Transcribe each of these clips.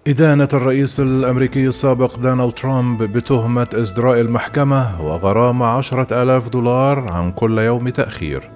إدانة الرئيس الأمريكي السابق دونالد ترامب بتهمة إزدراء المحكمة وغرامة 10,000 دولار عن كل يوم تأخير.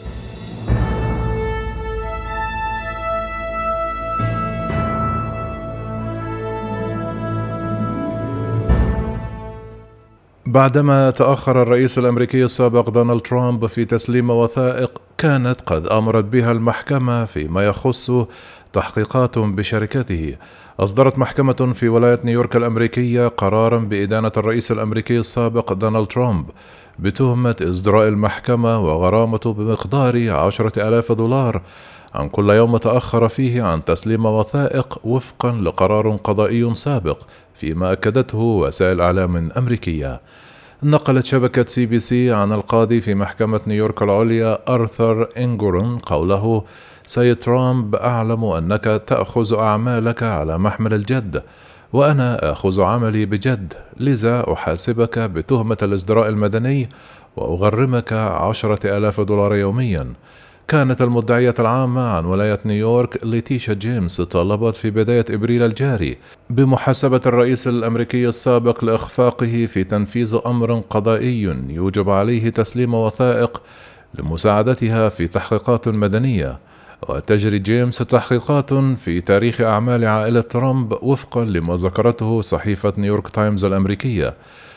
بعدما تأخر الرئيس الأمريكي السابق دونالد ترامب في تسليم وثائق كانت قد أمرت بها المحكمة فيما يخص تحقيقات بشركته، أصدرت محكمة في ولاية نيويورك الأمريكية قرارا بإدانة الرئيس الأمريكي السابق دونالد ترامب بتهمة إزدراء المحكمة وغرامة بمقدار 10,000 دولار عن كل يوم تأخر فيه عن تسليم وثائق وفقا لقرار قضائي سابق، فيما أكدته وسائل إعلام أمريكية. نقلت شبكة CBC عن القاضي في محكمة نيويورك العليا آرثر إنجورن قوله: سيد ترامب، أعلم أنك تأخذ أعمالك على محمل الجد، وأنا آخذ عملي بجد، لذا أحاسبك بتهمة الازدراء المدني وأغرمك 10,000 دولار يوميا. كانت المدعية العامة عن ولاية نيويورك ليتيشا جيمس طالبت في بداية إبريل الجاري بمحاسبة الرئيس الأمريكي السابق لإخفاقه في تنفيذ أمر قضائي يوجب عليه تسليم وثائق لمساعدتها في تحقيقات مدنية. وتجري جيمس تحقيقات في تاريخ أعمال عائلة ترامب وفقا لما ذكرته صحيفة نيويورك تايمز الأمريكية.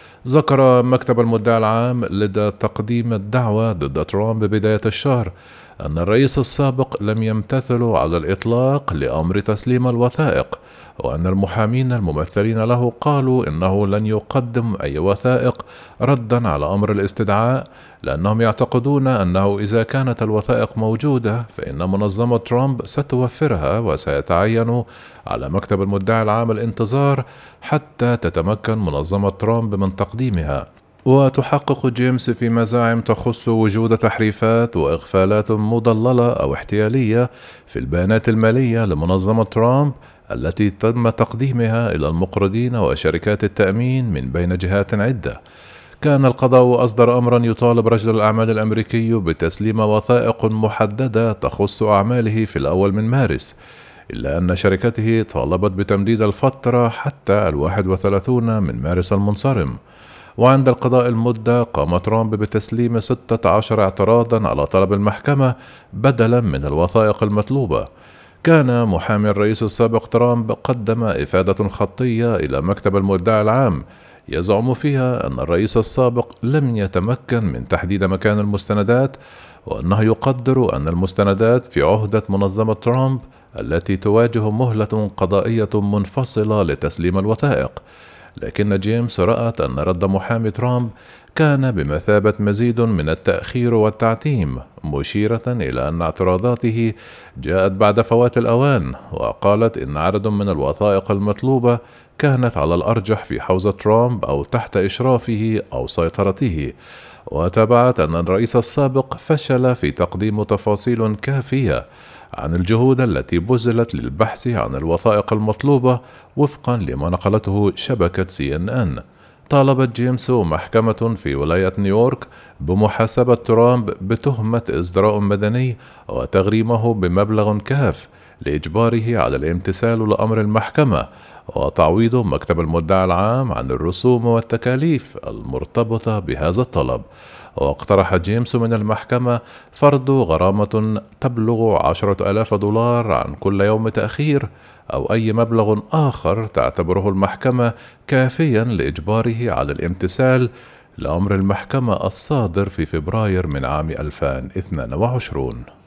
ذكر مكتب المدعي العام لدى تقديم الدعوى ضد ترامب بداية الشهر أن الرئيس السابق لم يمتثل على الإطلاق لأمر تسليم الوثائق، وأن المحامين الممثلين له قالوا إنه لن يقدم أي وثائق ردا على أمر الاستدعاء، لأنهم يعتقدون أنه إذا كانت الوثائق موجودة فإن منظمة ترامب ستوفرها، وسيتعين على مكتب المدعي العام الانتظار حتى تتمكن منظمة ترامب من تقديمها. وتحقق جيمس في مزاعم تخص وجود تحريفات وإغفالات مضللة أو احتيالية في البيانات المالية لمنظمة ترامب التي تم تقديمها إلى المقرضين وشركات التأمين من بين جهات عدة. كان القضاء أصدر أمرا يطالب رجل الأعمال الأمريكي بتسليم وثائق محددة تخص أعماله في الأول من مارس، إلا أن شركته طالبت بتمديد الفترة حتى 31 من مارس المنصرم. وعند القضاء المدة قام ترامب بتسليم 16 اعتراضا على طلب المحكمة بدلا من الوثائق المطلوبة. كان محامي الرئيس السابق ترامب قدم إفادة خطية إلى مكتب المدعي العام يزعم فيها أن الرئيس السابق لم يتمكن من تحديد مكان المستندات، وأنه يقدر أن المستندات في عهدة منظمة ترامب التي تواجه مهلة قضائية منفصلة لتسليم الوثائق. لكن جيمس رأت أن رد محامي ترامب كان بمثابة مزيد من التأخير والتعتيم، مشيرة إلى أن اعتراضاته جاءت بعد فوات الأوان، وقالت إن عدد من الوثائق المطلوبة كانت على الأرجح في حوزة ترامب أو تحت إشرافه أو سيطرته. وتابعت أن الرئيس السابق فشل في تقديم تفاصيل كافية عن الجهود التي بذلت للبحث عن الوثائق المطلوبة وفقا لما نقلته شبكة CNN. طالبت جيمس محكمة في ولاية نيويورك بمحاسبة ترامب بتهمة إزدراء مدني وتغريمه بمبلغ كاف لإجباره على الامتثال لأمر المحكمة، وتعويض مكتب المدعي العام عن الرسوم والتكاليف المرتبطة بهذا الطلب. واقترح جيمس من المحكمة فرض غرامة تبلغ 10,000 دولار عن كل يوم تأخير، أو أي مبلغ آخر تعتبره المحكمة كافيا لإجباره على الامتثال لأمر المحكمة الصادر في فبراير من عام 2022.